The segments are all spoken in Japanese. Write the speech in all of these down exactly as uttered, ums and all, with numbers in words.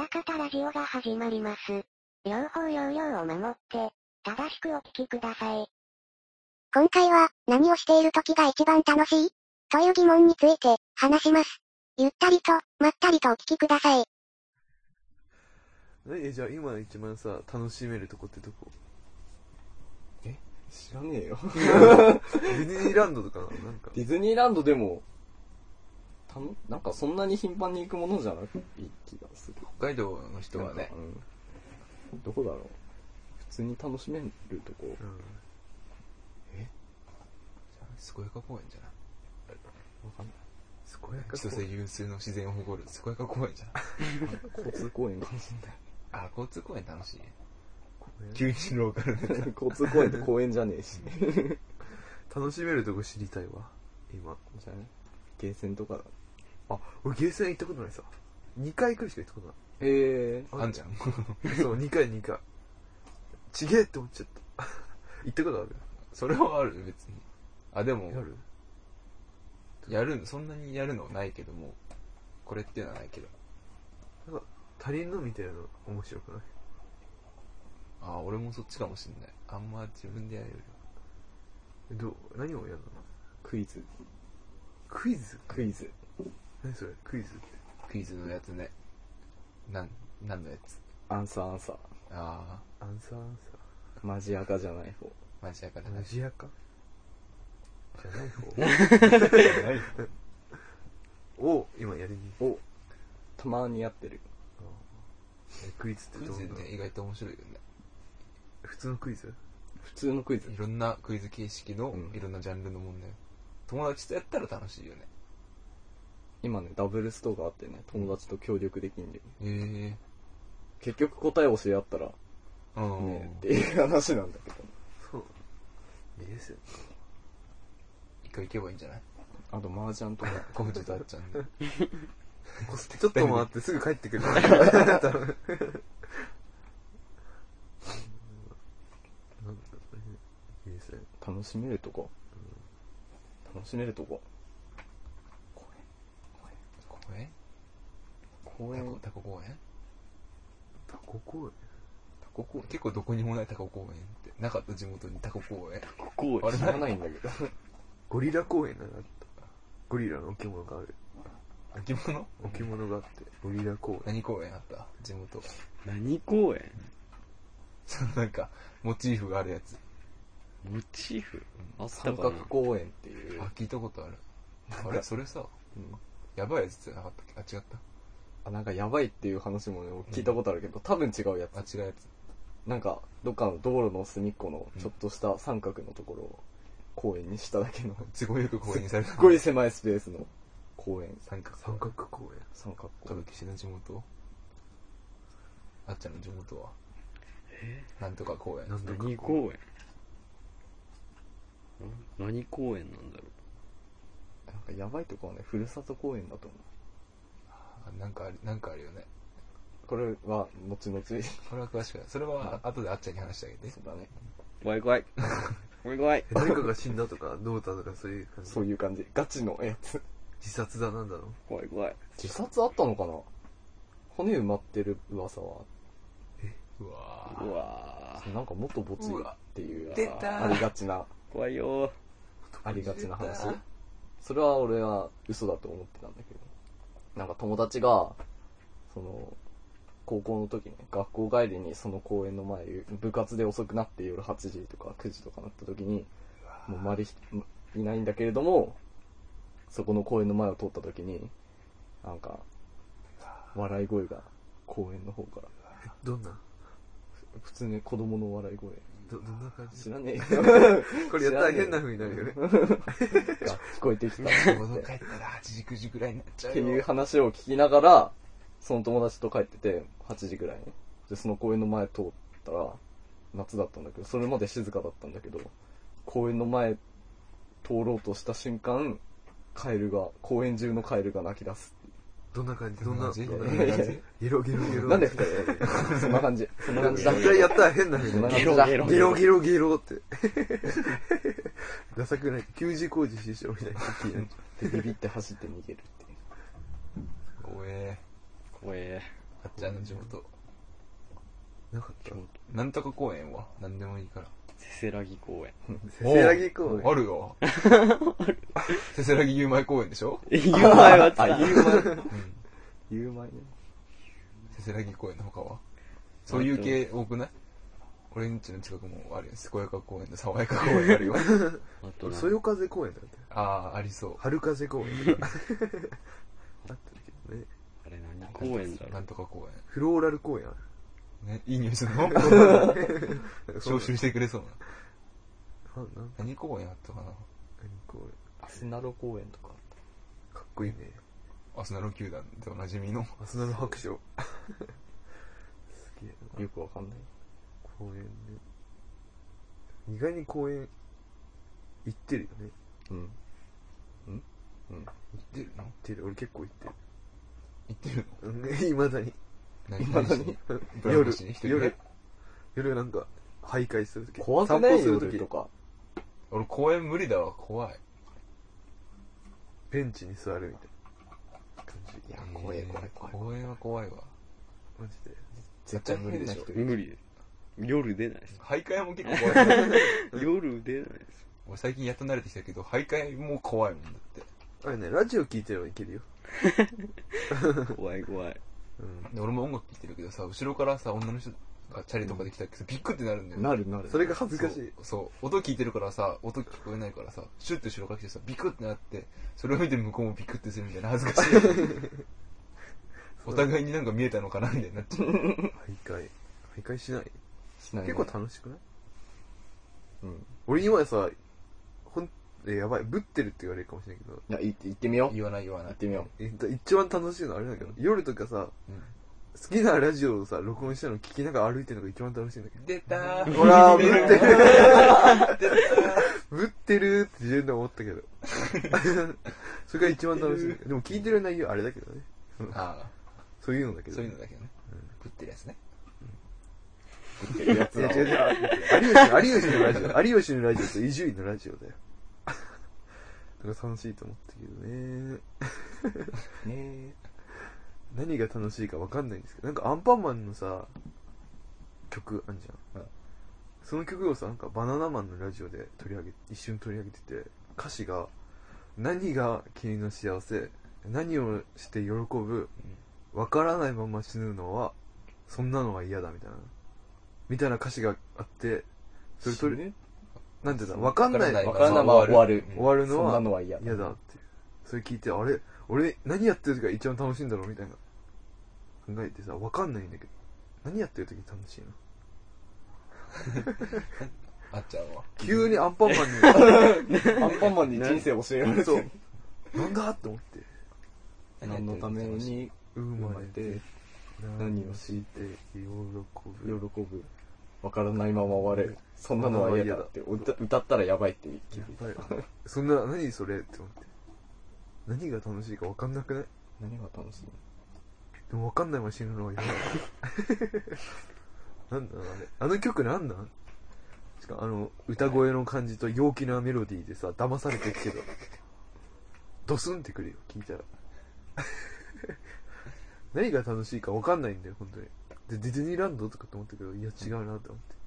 裏方ラジオが始まります。用法用量を守って、正しくお聞きください。今回は、何をしている時が一番楽しいという疑問について、話します。ゆったりと、まったりとお聞きください。 え、じゃあ今一番さ、楽しめるとこってどこ？ え知らねえよ。 ディズニーランドとかな、なんか。 ディズニーランドでも、たのなんかそんなに頻繁に行くものじゃない気がする。 北海道の人はね、 うん、どこだろう。普通に楽しめるとこ。うん、 え健やか公園じゃない？ わかんない。 健やか千歳有数の自然を誇る健やか公園じゃない？ 交通公園かもしれない。 あ、交通公園楽しい。急にローカルで交通公園って公園じゃねえし。 楽しめるとこ知りたいわ。今。 じゃあね。ゲーセンとかだ。 あ、俺ゲーセン行ったことないさ。にかいくらいしか行ったことない。 へえー。 あんじゃん。 そう、にかいにかい。ちげえって思っちゃった。行ったことある？ それはある別に。あ、でも、 やるやるそんなにやるのないけども、これっていうのはないけど。 なんか、足りんのみたいなの面白くない？ あ、俺もそっちかもしんない。あんま自分でやるより。どう何をやるの？ クイズ。 クイズ？ クイズ。 何それ？クイズって。 クイズのやつね。なん、なんのやつ？ アンサーアンサー。 ああ。アンサーアンサー。マジアカじゃない方。 マジアカじゃない。 マジアカじゃない方じゃない方を今やりにをたまにやってる。 えクイズってどうなの？ クイズね、意外と面白いよね。 普通のクイズ？ 普通のクイズ。 いろんなクイズ形式の、 うん、 いろんなジャンルの問題。友達とやったら楽しいよね。 今ね、ダブルストがあってね、友達と協力できんで。 へ、うん、えー。結局答え教え合ったら、 うん、 ねっていう話なんだけど。 そう。いいですよ。 一回行けばいいんじゃない？ あと麻雀とか。 コフジとあっちゃんで。 ちょっと待ってすぐ帰ってくる。いいですね。 楽しめるとこ、うん、楽しめるとこ。 公園公園公園タコ公園タコ公園タコ公園結構どこにもないタコ公園ってなかった。地元にタコ公園。 タコ公園あれ知らないんだけど。 ゴリラ公園があった。ゴリラの置物がある。 置物置物があってゴリラ公園。 何公園あった？地元。 何公園？ そのなんかモチーフがあるやつ。 モチーフ？ あったかな。三角公園っていう。 あ、聞いたことある。あれそれさ、うん、やばいやつじゃなかったっけ？あ、違った。 あ、なんかやばいっていう話もね、聞いたことあるけど、うん、多分違うやつ。 あ、違うやつ。 なんかどっかの道路の隅っこのちょっとした三角のところを公園にしただけの、 都合よく公園にされた。 すごい狭いスペースの公園。 三角三角公園。 三角公園。歌舞伎市の地元。あっちゃんの地元は。 えー、 なんとか公園。 何公園？何公園なんだろう。なんかやばいとこはね、ふるさと公園だと思う。 あ、なんかある、なんかあるよね。 これは後々。 これは詳しくない。それは後であっちゃんに話してあげて。 そうだね。 怖い怖い。怖い怖い。 誰かが死んだとかどうだとかそういう感じ。 そういう感じ。ガチのやつ。 自殺だなんだろう。 怖い怖い。 自殺あったのかな。骨埋まってる噂は。 え、うわー。うわー。なんか元ボツっていう出たありがちな。 怖いよー。 ありがちな話。それは俺は嘘だと思ってたんだけど。なんか友達がその高校の時ね、学校帰りにその公園の前、部活で遅くなって夜はちじとかくじとかなった時に、もう周りいないんだけれども、そこの公園の前を通った時に、なんか笑い声が公園の方から。 どんな？ 普通に子供の笑い声。 ど、どんな感じ？ 知らねえよ。 これやったら変な風になるよね。 が聞こえてきた。 子供帰ったらはちじくじぐらいになっちゃうってよ。 いう話を聞きながら、その友達と帰ってて、はちじぐらいに。で、その公園の前通ったら、夏だったんだけど、それまで静かだったんだけど、公園の前通ろうとした瞬間、カエルが、公園中のカエルが鳴き出す。 どんな感じ？どんな感じ？ どんな感じ？ゲロゲロゲロ。 なんですかよ。そんな感じ。そんな感じだ。 絶対やったら変な風になる。 ゲロゲロゲロゲロゲロって。ダサくない？給仕工事師匠みたいな気になっちゃで、ビビって走って逃げるっていう。 怖え。 怖え。 あっちゃんの地元。 なかったなんとか公園はなんでもいいから。 せせらぎ公園。 せせらぎ公園。 あるよ。せせらぎゆうまい公園でしょ。 え、ゆうまいはあ、ゆうまい。 うん。 ゆうまいね。 せせらぎ公園の他はそういう系多くない？俺んちの近くもあるよ。健やか公園と爽やか公園あるよ。 あとなそよ風公園だってああ、ありそう。 春風公園とかあったけどね。 あれ何公園だろう。 なんとか公フローラル公園ある園。ね、いい匂いするの招集してくれそうな。 なな何公園あったかな。 何公園アスナロ公園とか。 かっこいいね。 アスナロ球団でおなじみの。 アスナル白書すげえなよくわかんない。 公園ね。意外に公園行ってるよね。 うん。うんうん。 行ってるの？ 行ってる。俺結構行ってる。 行ってるの？ うん、未だに。 何未だにブランコしに一人で夜、夜なんか、徘徊するとき。 怖くない散歩するとき夜と、か。 俺公園無理だわ、怖い。 ベンチに座るみたいな感じ。 いや、怖い怖い怖い。 公園は怖いわ。 マジで。 絶対無理な人いる。 無理です。夜出ないです。 徘徊も結構怖い。 夜出ないです。 俺最近やっと慣れてきたけど、徘徊も怖いもんだって。 あれね、ラジオ聞いてればいけるよ。 怖い怖い。 うん。 で俺も音楽聴いてるけどさ、後ろからさ、女の人がチャリとかで来たらビックってなるんだよ。 なるなる。 それが恥ずかしい。 そうそう音聞いてるからさ、音聞こえないからさ、シュッと後ろから来てさ、ビクってなって、それを見て向こうもビクってするみたいな恥ずかしい。お互いになんか見えたのかなみたいになっちゃう。 徘徊。徘徊しないしないね。 結構楽しくないうん。 俺今さ、ほん、え、やばい、ぶってるって言われるかもしれないけど、 いや、行って、行ってみよう。 言わない言わない。 行ってみよえ一番楽しいのあれだけど、夜とかさ、 うん好きなラジオをさ、録音したの聞きながら歩いてるのが一番楽しいんだけど。 出たー。 ほらー、ぶってるぶってるって自分で思ったけど。それが一番楽しい。でも聞いてる内容あれだけどね。 ああ、 そういうのだけど。 そういうのだけどね。食ってるやつね。 う。っていうやついやだ違う違う。有吉、有吉のラジオ。有吉のラジオと伊集院のラジオだよ。だから楽しいと思ったけどね。 ね何が楽しいか分かんないんですけど、なんかアンパンマンのさ、曲あんじゃん。 うんその曲をさ、なんかバナナマンのラジオで取り上げ、一瞬取り上げてて、歌詞が、何が君の幸せ、何をして喜ぶ、分からないまま死ぬのは、そんなのは嫌だみたいな。みたいな歌詞があって、それ取り、なんていうんだ、分かんない、 わからないまま終わる。 終わるのそんなはのは嫌だ。 嫌だっていう。それ聞いて、あれ俺何やってる時が一番楽しいんだろうみたいな考えてさ、分かんないんだけど、何やってる時楽しいのあっちゃんは。 急にアンパンマンアンパンマンに人生教えられてそうる。 なんだって思って何のために生生まれてまれて何をして喜喜ぶぶ。わからないまま終わる。そんなのは嫌だって歌歌ったらやばいって気やづいた。 ばいそんな何それって思って何が楽しいか分かんなくない何が楽しいでも分かんないまま死ぬのは嫌だなんだあれあの曲なんなんしかもあの歌声の感じと陽気なメロディーでさ騙されてるけどドスンってくるよ聞いたら何が楽しいか分かんないんだよ本当にでディズニーランドとかと思ったけどいや違うなって思って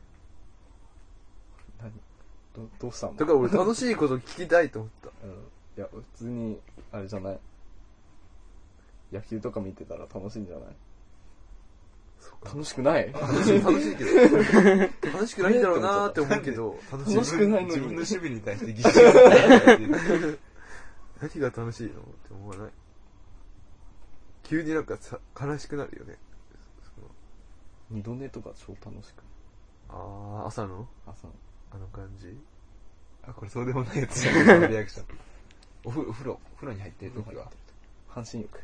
何どどうしたのだから俺楽しいこと聞きたいと思ったうん。いや、普通に、あれじゃない。野球とか見てたら楽しいんじゃないそうか楽しくない楽しい楽しいけど楽しくないんだろうなーって思うけど楽しい楽しくないのに自分の守備に対して疑心がないっていう。 何が楽しいのって思わない急になんかさ悲しくなるよねその二度寝とか超楽しくないあー朝の朝の。 あの感じあ、これそうでもないやつじゃん。リアクション。お風呂、お風呂、お風呂に入ってる時は。 半身浴。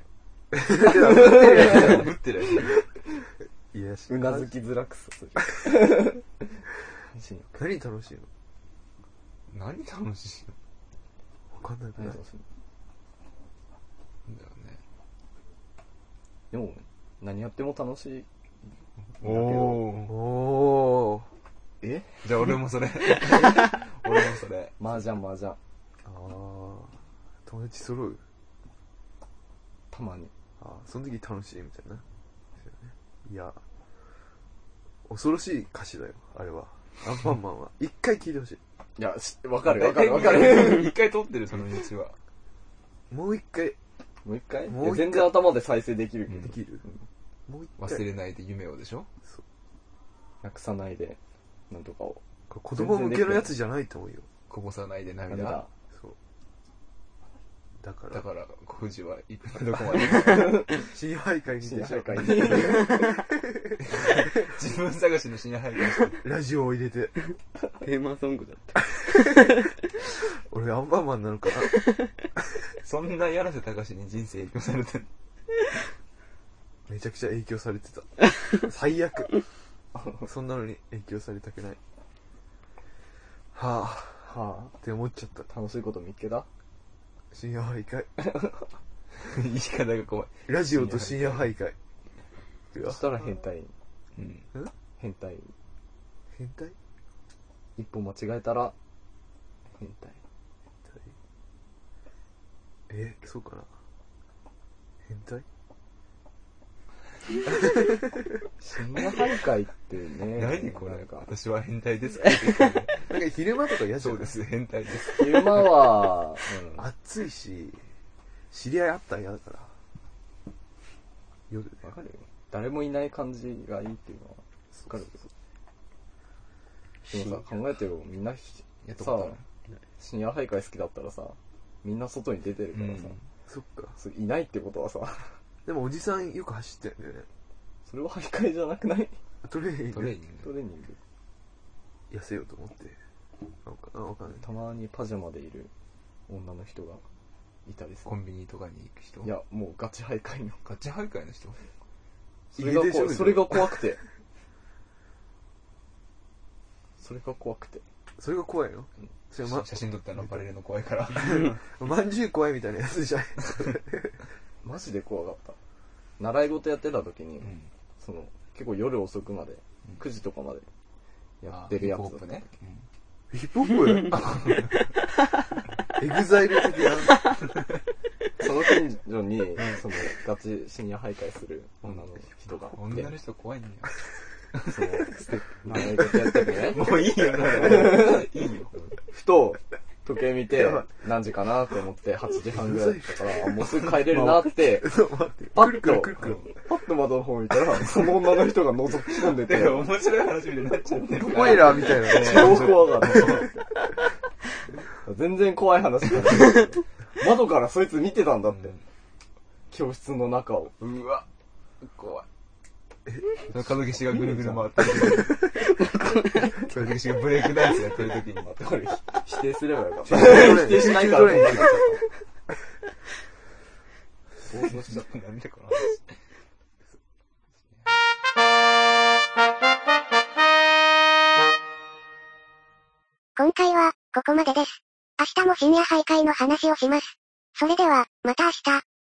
ぶってるやいやしうなずきづらくさする。半身浴。 何楽しいのつ。何楽しい分かんないくない何楽しいのんだよね。 でも、何やっても楽しい。 おー。 おーえじゃあ俺もそれ。俺もそれ。 麻雀麻雀。 あー友達揃うたまに。 あーその時楽しいみたいないや、恐ろしい歌詞だよ、あれは。アンパンマンは。一回聞いてほしい。 いや、しわかるわかるわかる。 一回撮ってる、その道は。 もう一回、 もう一回もう一回いや全然頭で再生できるけど。 できる、もう一回。 忘れないで夢をでしょ。 そう。 なくさないで、なんとかを。 これ子供向けのやつじゃないと思うよ。 こぼさないで涙。 涙。 そう。だから、 だから、富士はいっぱいどこまで。 深夜徘徊に深夜でしょ徘徊に。 自分探しの深夜徘徊して。 ラジオを入れて。 テーマソングだった。 俺アンパンマンなのかな。 そんな柳瀬隆に人生影響されてる。 めちゃくちゃ影響されてた。最悪。そんなのに影響されたくない。はぁ、 はって思っちゃった。 あ、楽しいこと見つけた深夜徘徊。 言い方が怖い。 ラジオと深夜徘徊。うわそしたら変態。 うん。 ん変態。 変態一歩間違えたら、変態。 え、そうかな。変態深夜徘徊ってね。 何これなんか、 私は変態ですかって言ってるなんか昼間とか嫌じゃ。 そうんです、変態です。 昼間は、うん、 暑いし、知り合いあったら嫌だから。夜で。 わかるよ。誰もいない感じがいいっていうのは、わかるけど。でもさ、考えてよ、みんなひ、さやったことある、 深夜徘徊好きだったらさ、みんな外に出てるからさ、 うんそっか。 それいないってことはさ、 でもおじさんよく走ってんだよね。 それは徘徊じゃなくない？ トレーニングトレーニング。 トレーニング。 痩せようと思って。なんかな、わかんない。 たまにパジャマでいる女の人がいたりする。 コンビニとかに行く人。 いや、もうガチ徘徊の。 ガチ徘徊の人。 それが家出少女こそれが怖くて。それが怖くて。 それが怖いの、それま、 写真撮ったのバレるの怖いから。 まんじゅう怖いみたいなやつじゃない。 マジで怖かった。習い事やってた時に、 うんその、結構夜遅くまで、 うんくじとかまでやってるやつだった時、 ね。 ヒップホップエグザイル的な。 その近所に、その、ガチ深夜徘徊する女の人がいて、 女の人怖いんだよ。 その、習い事やっててね、 もういいよ、もういいよ。 ふと、時計見てやばい、 何時かなって思って、はちじはんぐらいだったから、あもうすぐ帰れるなって、 そう、待って。 パッくるくると、 くるくる。 パッと窓の方見たら、その女の人が覗き込んでて、 で、面白い話みたいになっちゃってるスポイラーみたいなね。 超怖かった。全然怖い話じゃない。窓からそいつ見てたんだって。教室の中を。 うわ、怖い。その門消しがぐるぐる回ってる。門消しがブレイクダンスやってる時に。 これ否定すればよかった。 否否定しないからと思っちゃった。想像しちゃった。 なんでこの今回は、ここまでです。明日も深夜徘徊の話をします。それでは、また明日。